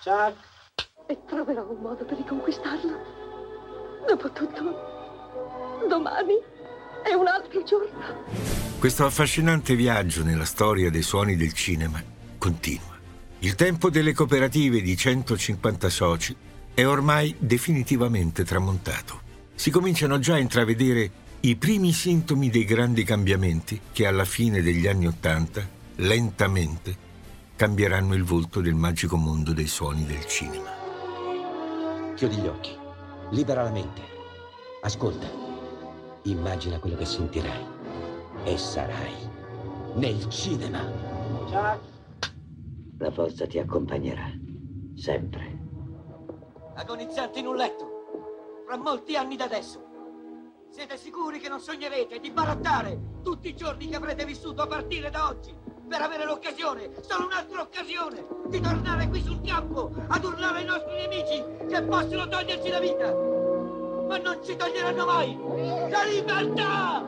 Chuck. E troverò un modo per riconquistarlo. Dopotutto, domani è un altro giorno. Questo affascinante viaggio nella storia dei suoni del cinema continua. Il tempo delle cooperative di 150 soci è ormai definitivamente tramontato. Si cominciano già a intravedere i primi sintomi dei grandi cambiamenti che alla fine degli anni '80, lentamente, cambieranno il volto del magico mondo dei suoni del cinema. Chiudi gli occhi, libera la mente, ascolta, immagina quello che sentirai e sarai nel cinema. Chuck. La forza ti accompagnerà, sempre. Agonizzanti in un letto, fra molti anni da adesso. Siete sicuri che non sognerete di barattare tutti i giorni che avrete vissuto a partire da oggi per avere l'occasione, solo un'altra occasione, di tornare qui sul campo ad urlare ai nostri nemici che possono toglierci la vita, ma non ci toglieranno mai la libertà!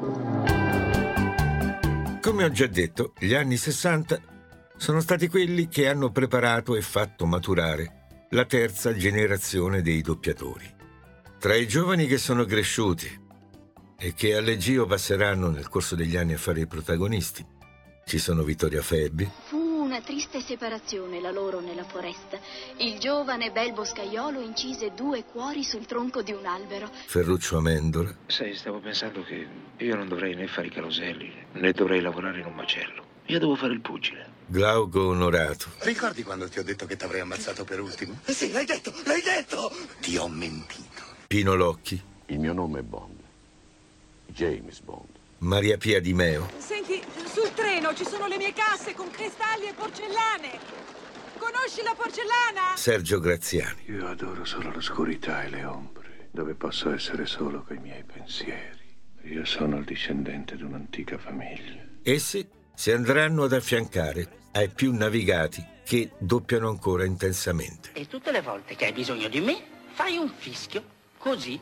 Come ho già detto, gli anni '60 sono stati quelli che hanno preparato e fatto maturare la terza generazione dei doppiatori. Tra i giovani che sono cresciuti e che alle Gio passeranno nel corso degli anni a fare i protagonisti ci sono Vittoria Febbi. Fu una triste separazione la loro nella foresta. Il giovane bel boscaiolo incise 2 cuori sul tronco di un albero. Ferruccio Amendola. Sai, stavo pensando che io non dovrei né fare i caroselli, né dovrei lavorare in un macello. Io devo fare il pugile. Glauco Onorato. Ricordi quando ti ho detto che ti avrei ammazzato per ultimo? Sì, l'hai detto! Ti ho mentito. Pino Locchi. Il mio nome è Bond. James Bond. Maria Pia Di Meo. Senti, sul treno ci sono le mie casse con cristalli e porcellane. Conosci la porcellana? Sergio Graziani. Io adoro solo l'oscurità e le ombre, dove posso essere solo coi miei pensieri. Io sono il discendente di un'antica famiglia. Essi si andranno ad affiancare ai più navigati che doppiano ancora intensamente. E tutte le volte che hai bisogno di me, fai un fischio, così.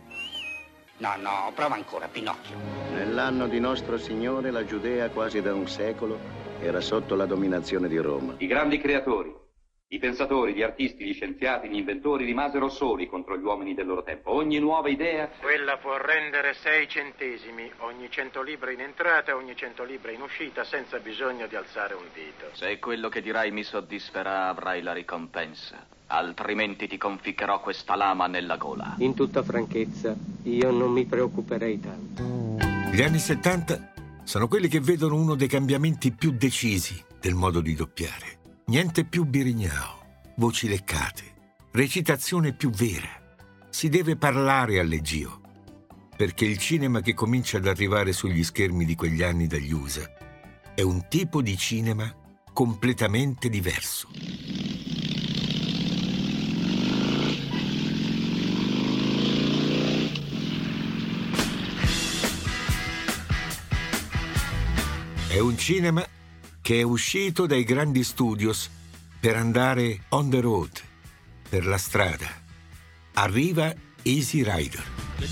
No, prova ancora, Pinocchio. Nell'anno di nostro Signore, la Giudea quasi da un secolo era sotto la dominazione di Roma. I grandi creatori, i pensatori, gli artisti, gli scienziati, gli inventori rimasero soli contro gli uomini del loro tempo. Ogni nuova idea... Quella può rendere 6 centesimi ogni 100 libbre in entrata e ogni 100 libbre in uscita senza bisogno di alzare un dito. Se quello che dirai mi soddisferà, avrai la ricompensa. Altrimenti ti conficcherò questa lama nella gola. In tutta franchezza, io non mi preoccuperei tanto. Gli anni '70 sono quelli che vedono uno dei cambiamenti più decisi del modo di doppiare. Niente più birignao, voci leccate, recitazione più vera. Si deve parlare alle Gio, perché il cinema che comincia ad arrivare sugli schermi di quegli anni dagli USA è un tipo di cinema completamente diverso. È un cinema che è uscito dai grandi studios per andare on the road, per la strada. Arriva Easy Rider.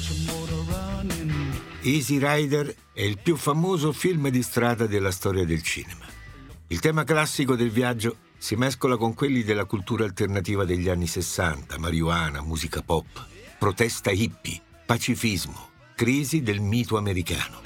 Easy Rider è il più famoso film di strada della storia del cinema. Il tema classico del viaggio si mescola con quelli della cultura alternativa degli anni '60, marijuana, musica pop, protesta hippie, pacifismo, crisi del mito americano.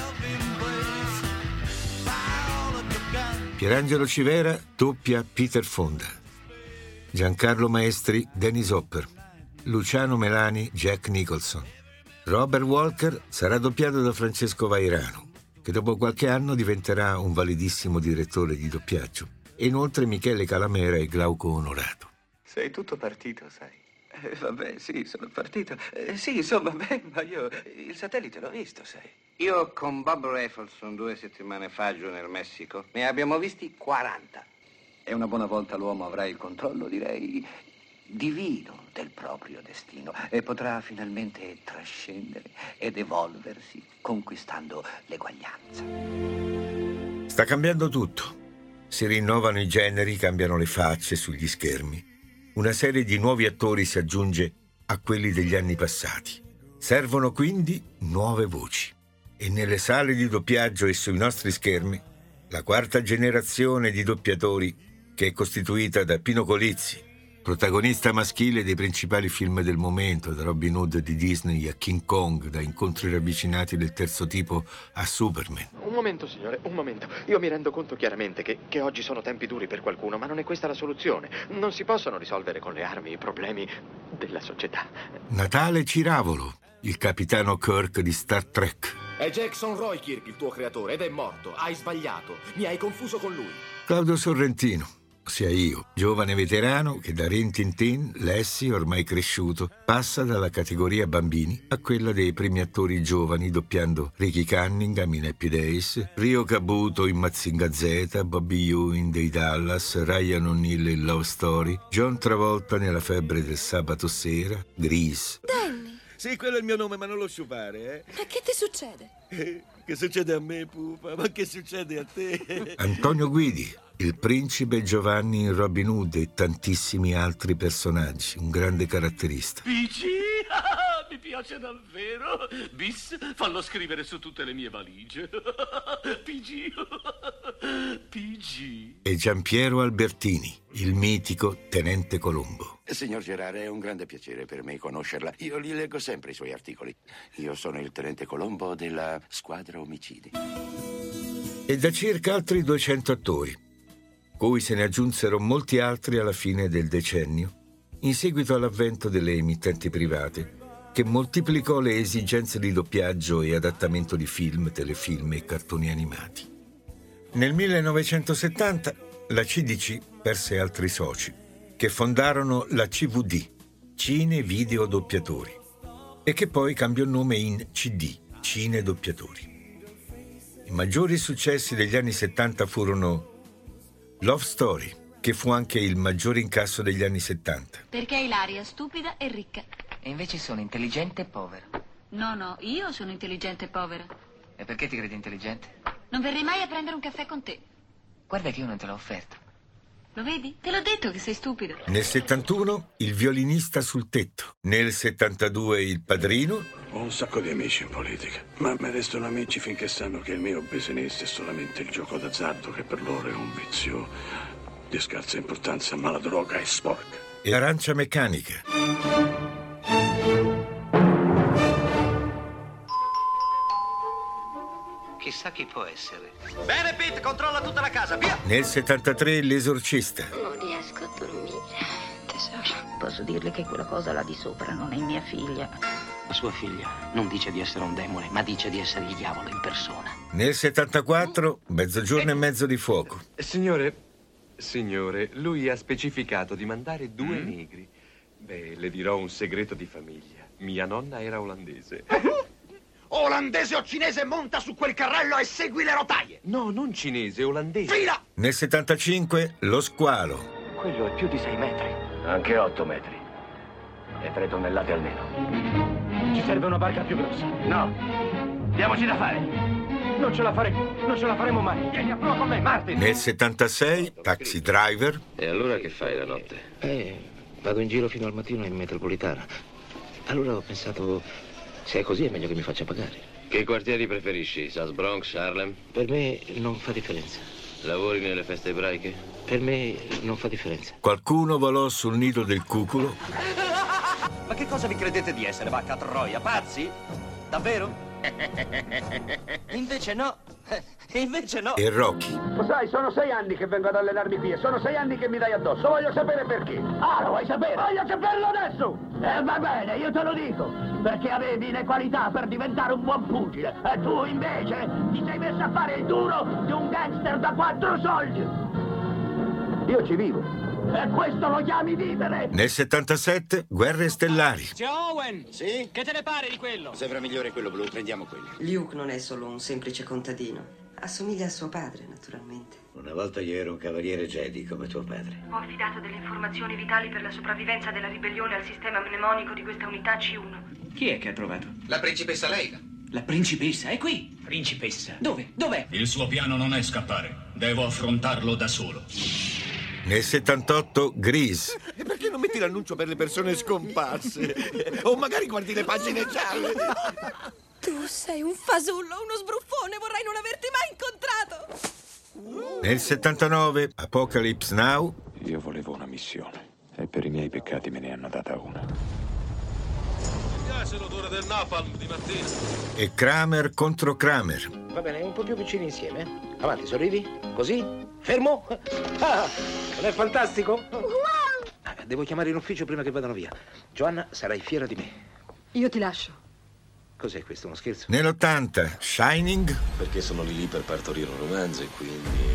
Pierangelo Civera doppia Peter Fonda, Giancarlo Maestri Dennis Hopper, Luciano Melani Jack Nicholson. Robert Walker sarà doppiato da Francesco Vairano, che dopo qualche anno diventerà un validissimo direttore di doppiaggio. E inoltre Michele Calamera e Glauco Onorato. Sei tutto partito, sai. Vabbè, sì, sono partito. Sì, insomma, ma io il satellite l'ho visto, sai. Io con Bob Rafelson 2 settimane fa giù nel Messico ne abbiamo visti 40. E una buona volta l'uomo avrà il controllo, direi, divino del proprio destino e potrà finalmente trascendere ed evolversi, conquistando l'eguaglianza. Sta cambiando tutto. Si rinnovano i generi, cambiano le facce sugli schermi. Una serie di nuovi attori si aggiunge a quelli degli anni passati. Servono quindi nuove voci. E nelle sale di doppiaggio e sui nostri schermi, la quarta generazione di doppiatori, che è costituita da Pino Colizzi, Protagonista maschile dei principali film del momento, da Robin Hood di Disney a King Kong, da Incontri ravvicinati del terzo tipo a Superman. Un momento, signore, un momento. Io mi rendo conto chiaramente che oggi sono tempi duri per qualcuno, ma non è questa la soluzione. Non si possono risolvere con le armi i problemi della società. Natale Ciravolo, il capitano Kirk di Star Trek. È Jackson Roykirk il tuo creatore ed è morto. Hai sbagliato. Mi hai confuso con lui. Claudio Sorrentino, ossia io, giovane veterano che da Rin Tin Tin, Lassie, ormai cresciuto, passa dalla categoria bambini a quella dei primi attori giovani, doppiando Ricky Cunningham in Happy Days, Rio Cabuto in Mazinga Z, Bobby Ewing dei Dallas, Ryan O'Neal in Love Story, John Travolta nella Febbre del sabato sera, Grease. Danny! Sì, quello è il mio nome, ma non lo sciupare, Ma che ti succede? Che succede a me, pupa? Ma che succede a te? Antonio Guidi, il principe Giovanni in Robin Hood e tantissimi altri personaggi, un grande caratterista. PG? Mi piace davvero. Bis, fallo scrivere su tutte le mie valigie. PG. PG. E Giampiero Albertini, il mitico Tenente Colombo. Signor Gerard, è un grande piacere per me conoscerla. Io li leggo sempre i suoi articoli. Io sono il Tenente Colombo della Squadra Omicidi. E da circa altri 200 attori, cui se ne aggiunsero molti altri alla fine del decennio, in seguito all'avvento delle emittenti private, che moltiplicò le esigenze di doppiaggio e adattamento di film, telefilm e cartoni animati. Nel 1970 la CDC perse altri soci, che fondarono la CVD, Cine Video Doppiatori, e che poi cambiò nome in CD, Cine Doppiatori. I maggiori successi degli anni 70 furono Love Story, che fu anche il maggiore incasso degli anni 70. Perché Ilaria è stupida e ricca. E invece sono intelligente e povera. No, io sono intelligente e povera. E perché ti credi intelligente? Non verrei mai a prendere un caffè con te. Guarda che io non te l'ho offerto. Lo vedi? Te l'ho detto che sei stupido. Nel 71 Il violinista sul tetto. Nel 72 Il padrino. Ho un sacco di amici in politica, ma mi restano amici finché sanno che il mio business è solamente il gioco d'azzardo, che per loro è un vizio di scarsa importanza, ma la droga è sporca. E Arancia meccanica. Chissà chi può essere. Bene, Pete, controlla tutta la casa, via! Nel 73 L'esorcista. Non riesco a dormire, tesoro. Posso dirle che quella cosa là di sopra non è mia figlia. La sua figlia non dice di essere un demone, ma dice di essere il diavolo in persona. Nel 74 Mezzogiorno e mezzo di fuoco. Signore, lui ha specificato di mandare 2 negri. Beh, le dirò un segreto di famiglia. Mia nonna era olandese. Olandese o cinese, monta su quel carrello e segui le rotaie! No, non cinese, olandese. Fila! Nel 75 Lo squalo. Quello è più di 6 metri. Anche 8 metri. E 3 tonnellate almeno. Ci serve una barca più grossa. No. Diamoci da fare. Non ce la faremo mai. Vieni a prova con me, Martin. Nel 76 Taxi Driver. E allora che fai la notte? Vado in giro fino al mattino in metropolitana. Allora ho pensato, se è così è meglio che mi faccia pagare. Che quartieri preferisci? South Bronx, Harlem? Per me non fa differenza. Lavori nelle feste ebraiche? Per me non fa differenza. Qualcuno volò sul nido del cuculo. Ma che cosa vi credete di essere, vacca troia? Pazzi? Davvero? Invece no. Invece no. E Rocky. Lo sai, sono 6 anni che vengo ad allenarmi qui e sono 6 anni che mi dai addosso. Voglio sapere perché. Ah, lo vuoi sapere? Voglio saperlo adesso! Va bene, io te lo dico. Perché avevi le qualità per diventare un buon pugile. E tu invece ti sei messo a fare il duro di un gangster da 4 soldi. Io ci vivo. E questo lo chiami vivere? Nel 77 Guerre stellari. Zio Owen! Sì? Che te ne pare di quello? Sembra migliore quello blu, prendiamo quello. Luke non è solo un semplice contadino. Assomiglia a suo padre, naturalmente. Una volta io ero un cavaliere Jedi come tuo padre. Ho affidato delle informazioni vitali per la sopravvivenza della ribellione al sistema mnemonico di questa unità C1. Chi è che ha trovato? La principessa Leila. La principessa? È qui? Principessa? Dove? Dov'è? Il suo piano non è scappare. Devo affrontarlo da solo. Nel 78 Grease. E perché non metti l'annuncio per le persone scomparse? O magari guardi le pagine gialle. Tu sei un fasullo, uno sbruffone, vorrei non averti mai incontrato. Nel 79 Apocalypse Now. Io volevo una missione e per i miei miei peccati me ne hanno data una. Mi piace l'odore del napalm di mattina. E Kramer contro Kramer. Va bene, un po' più vicini insieme. Avanti, sorridi. Così. Fermo. Ah, non è fantastico? Devo chiamare in ufficio prima che vadano via. Joanna, sarai fiera di me. Io ti lascio. Cos'è questo, uno scherzo? Nell'80, Shining. Perché sono lì per partorire un romanzo e quindi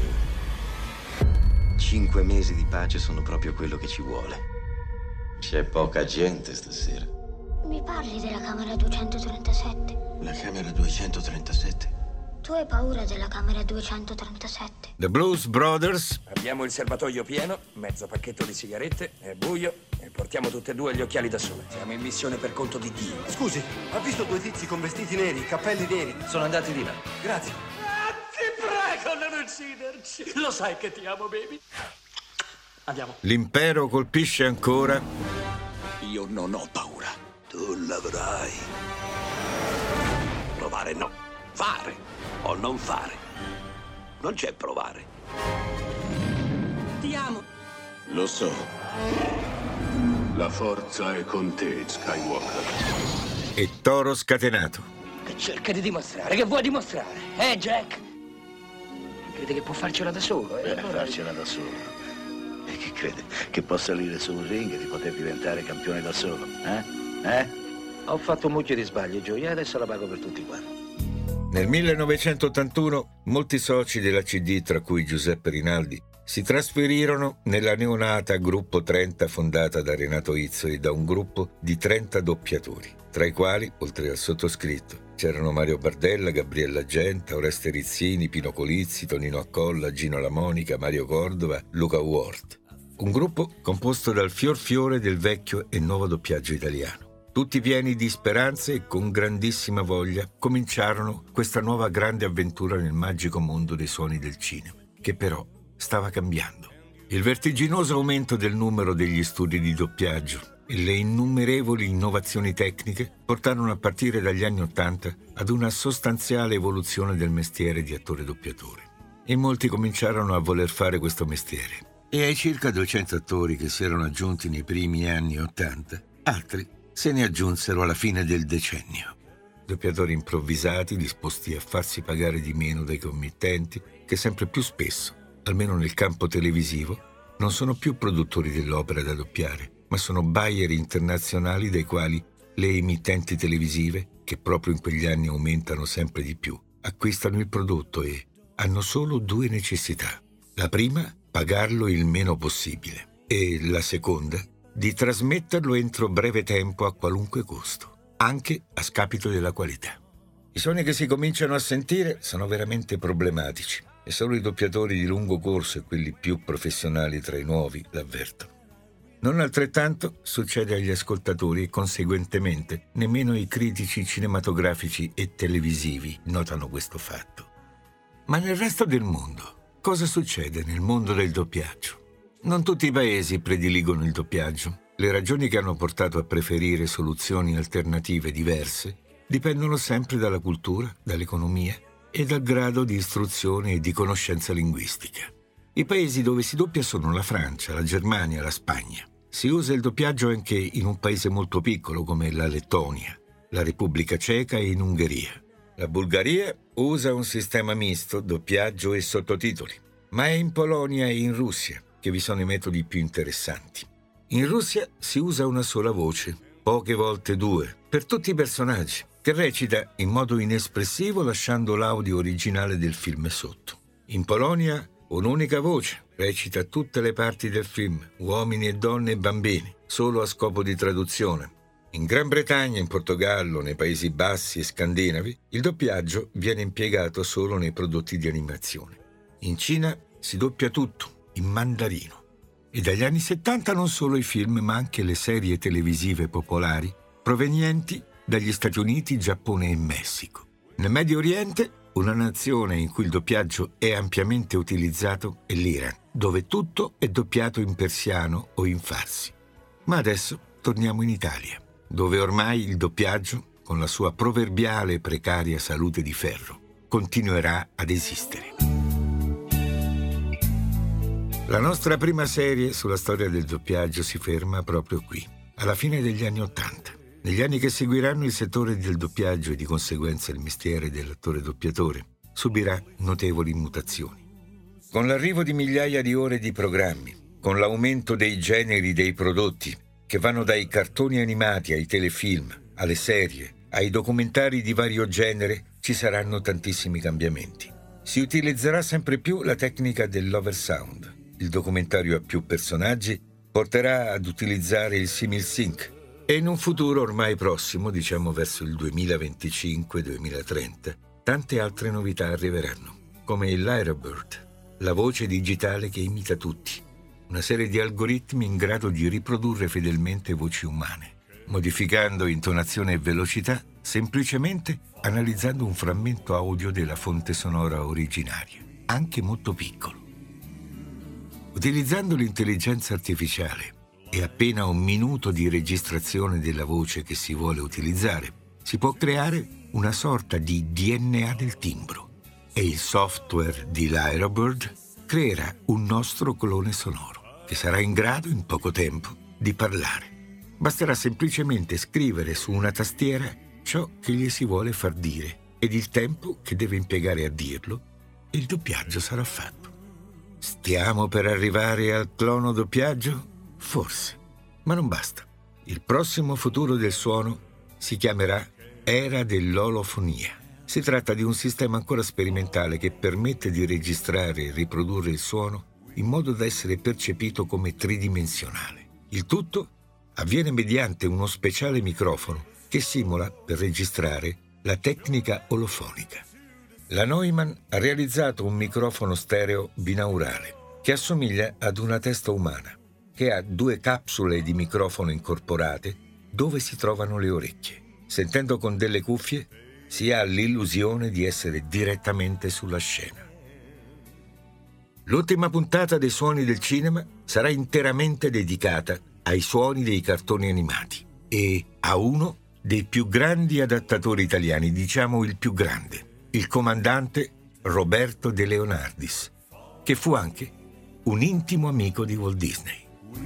5 mesi di pace sono proprio quello che ci vuole. C'è poca gente stasera. Mi parli della camera 237? La camera 237? Tu hai paura della camera 237? The Blues Brothers. Abbiamo il serbatoio pieno, mezzo pacchetto di sigarette, è buio e portiamo tutte e due gli occhiali da sole. Siamo in missione per conto di Dio. Scusi, ha visto 2 tizi con vestiti neri, cappelli neri? Sono andati di là. Grazie. Ti prego, non ucciderci. Lo sai che ti amo, baby. Andiamo. L'impero colpisce ancora. Io non ho paura. Tu l'avrai. Provare no. Fare o non fare. Non c'è provare. Ti amo. Lo so. La forza è con te, Skywalker. E Toro Scatenato. Che cerca di dimostrare? Che vuoi dimostrare? Jack? Crede che può farcela da solo, farcela da solo. E che crede? Che possa salire su un ring e di poter diventare campione da solo? Ho fatto un mucchio di sbagli, Joey, e adesso la pago per tutti quanti. Nel 1981 molti soci della CD, tra cui Giuseppe Rinaldi, si trasferirono nella neonata Gruppo 30 fondata da Renato Izzoli, da un gruppo di 30 doppiatori, tra i quali, oltre al sottoscritto, c'erano Mario Bardella, Gabriella Genta, Oreste Rizzini, Pino Colizzi, Tonino Accolla, Gino Lamonica, Mario Cordova, Luca Ward. Un gruppo composto dal fior del vecchio e nuovo doppiaggio italiano. Tutti pieni di speranze e con grandissima voglia cominciarono questa nuova grande avventura nel magico mondo dei suoni del cinema, che però stava cambiando. Il vertiginoso aumento del numero degli studi di doppiaggio e le innumerevoli innovazioni tecniche portarono a partire dagli anni '80 ad una sostanziale evoluzione del mestiere di attore-doppiatore. E molti cominciarono a voler fare questo mestiere. E ai circa 200 attori che si erano aggiunti nei primi anni '80, altri se ne aggiunsero alla fine del decennio. Doppiatori improvvisati, disposti a farsi pagare di meno dai committenti, che sempre più spesso, almeno nel campo televisivo, non sono più produttori dell'opera da doppiare, ma sono buyer internazionali dai quali le emittenti televisive, che proprio in quegli anni aumentano sempre di più, acquistano il prodotto e hanno solo 2 necessità. La prima, pagarlo il meno possibile, e la seconda, di trasmetterlo entro breve tempo a qualunque costo, anche a scapito della qualità. I suoni che si cominciano a sentire sono veramente problematici e solo i doppiatori di lungo corso e quelli più professionali tra i nuovi l'avvertono. Non altrettanto succede agli ascoltatori e conseguentemente nemmeno i critici cinematografici e televisivi notano questo fatto. Ma nel resto del mondo, cosa succede nel mondo del doppiaggio? Non tutti i paesi prediligono il doppiaggio. Le ragioni che hanno portato a preferire soluzioni alternative diverse dipendono sempre dalla cultura, dall'economia e dal grado di istruzione e di conoscenza linguistica. I paesi dove si doppia sono la Francia, la Germania, la Spagna. Si usa il doppiaggio anche in un paese molto piccolo come la Lettonia, la Repubblica Ceca e in Ungheria. La Bulgaria usa un sistema misto, doppiaggio e sottotitoli, ma è in Polonia e in Russia che vi sono i metodi più interessanti. In Russia si usa una sola voce, poche volte 2, per tutti i personaggi, che recita in modo inespressivo lasciando l'audio originale del film sotto. In Polonia un'unica voce recita tutte le parti del film, uomini e donne e bambini, solo a scopo di traduzione. In Gran Bretagna, in Portogallo, nei Paesi Bassi e Scandinavi, il doppiaggio viene impiegato solo nei prodotti di animazione. In Cina si doppia tutto, in mandarino. E dagli anni 70 non solo i film, ma anche le serie televisive popolari provenienti dagli Stati Uniti, Giappone e Messico. Nel Medio Oriente, una nazione in cui il doppiaggio è ampiamente utilizzato è l'Iran, dove tutto è doppiato in persiano o in farsi. Ma adesso torniamo in Italia, dove ormai il doppiaggio, con la sua proverbiale e precaria salute di ferro, continuerà ad esistere. La nostra prima serie sulla storia del doppiaggio si ferma proprio qui, alla fine degli anni '80. Negli anni che seguiranno il settore del doppiaggio e di conseguenza il mestiere dell'attore doppiatore subirà notevoli mutazioni. Con l'arrivo di migliaia di ore di programmi, con l'aumento dei generi dei prodotti, che vanno dai cartoni animati ai telefilm, alle serie, ai documentari di vario genere, ci saranno tantissimi cambiamenti. Si utilizzerà sempre più la tecnica dell'oversound. Il documentario a più personaggi porterà ad utilizzare il simil-sync e in un futuro ormai prossimo, diciamo verso il 2025-2030, tante altre novità arriveranno, come il Lyrebird, la voce digitale che imita tutti, una serie di algoritmi in grado di riprodurre fedelmente voci umane, modificando intonazione e velocità semplicemente analizzando un frammento audio della fonte sonora originaria, anche molto piccolo. Utilizzando l'intelligenza artificiale e appena un minuto di registrazione della voce che si vuole utilizzare, si può creare una sorta di DNA del timbro e il software di Lyrebird creerà un nostro clone sonoro che sarà in grado in poco tempo di parlare. Basterà semplicemente scrivere su una tastiera ciò che gli si vuole far dire ed il tempo che deve impiegare a dirlo e il doppiaggio sarà fatto. Stiamo per arrivare al clono doppiaggio? Forse, ma non basta. Il prossimo futuro del suono si chiamerà Era dell'olofonia. Si tratta di un sistema ancora sperimentale che permette di registrare e riprodurre il suono in modo da essere percepito come tridimensionale. Il tutto avviene mediante uno speciale microfono che simula per registrare la tecnica olofonica. La Neumann ha realizzato un microfono stereo binaurale che assomiglia ad una testa umana, che ha 2 capsule di microfono incorporate dove si trovano le orecchie. Sentendo con delle cuffie si ha l'illusione di essere direttamente sulla scena. L'ultima puntata dei Suoni del Cinema sarà interamente dedicata ai suoni dei cartoni animati e a uno dei più grandi adattatori italiani, diciamo il più grande, il comandante Roberto De Leonardis, che fu anche un intimo amico di Walt Disney.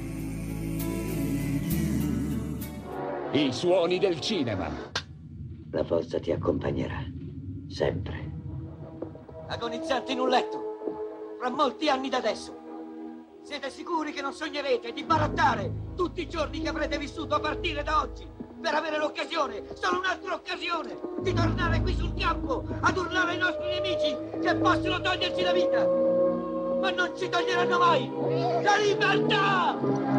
I Suoni del Cinema. La forza ti accompagnerà, sempre. Agonizzanti in un letto, fra molti anni da adesso. Siete sicuri che non sognerete di barattare tutti i giorni che avrete vissuto a partire da oggi per avere l'occasione, solo un'altra occasione, di tornare qui sul campo ad urlare ai nostri nemici che possono toglierci la vita, ma non ci toglieranno mai la libertà!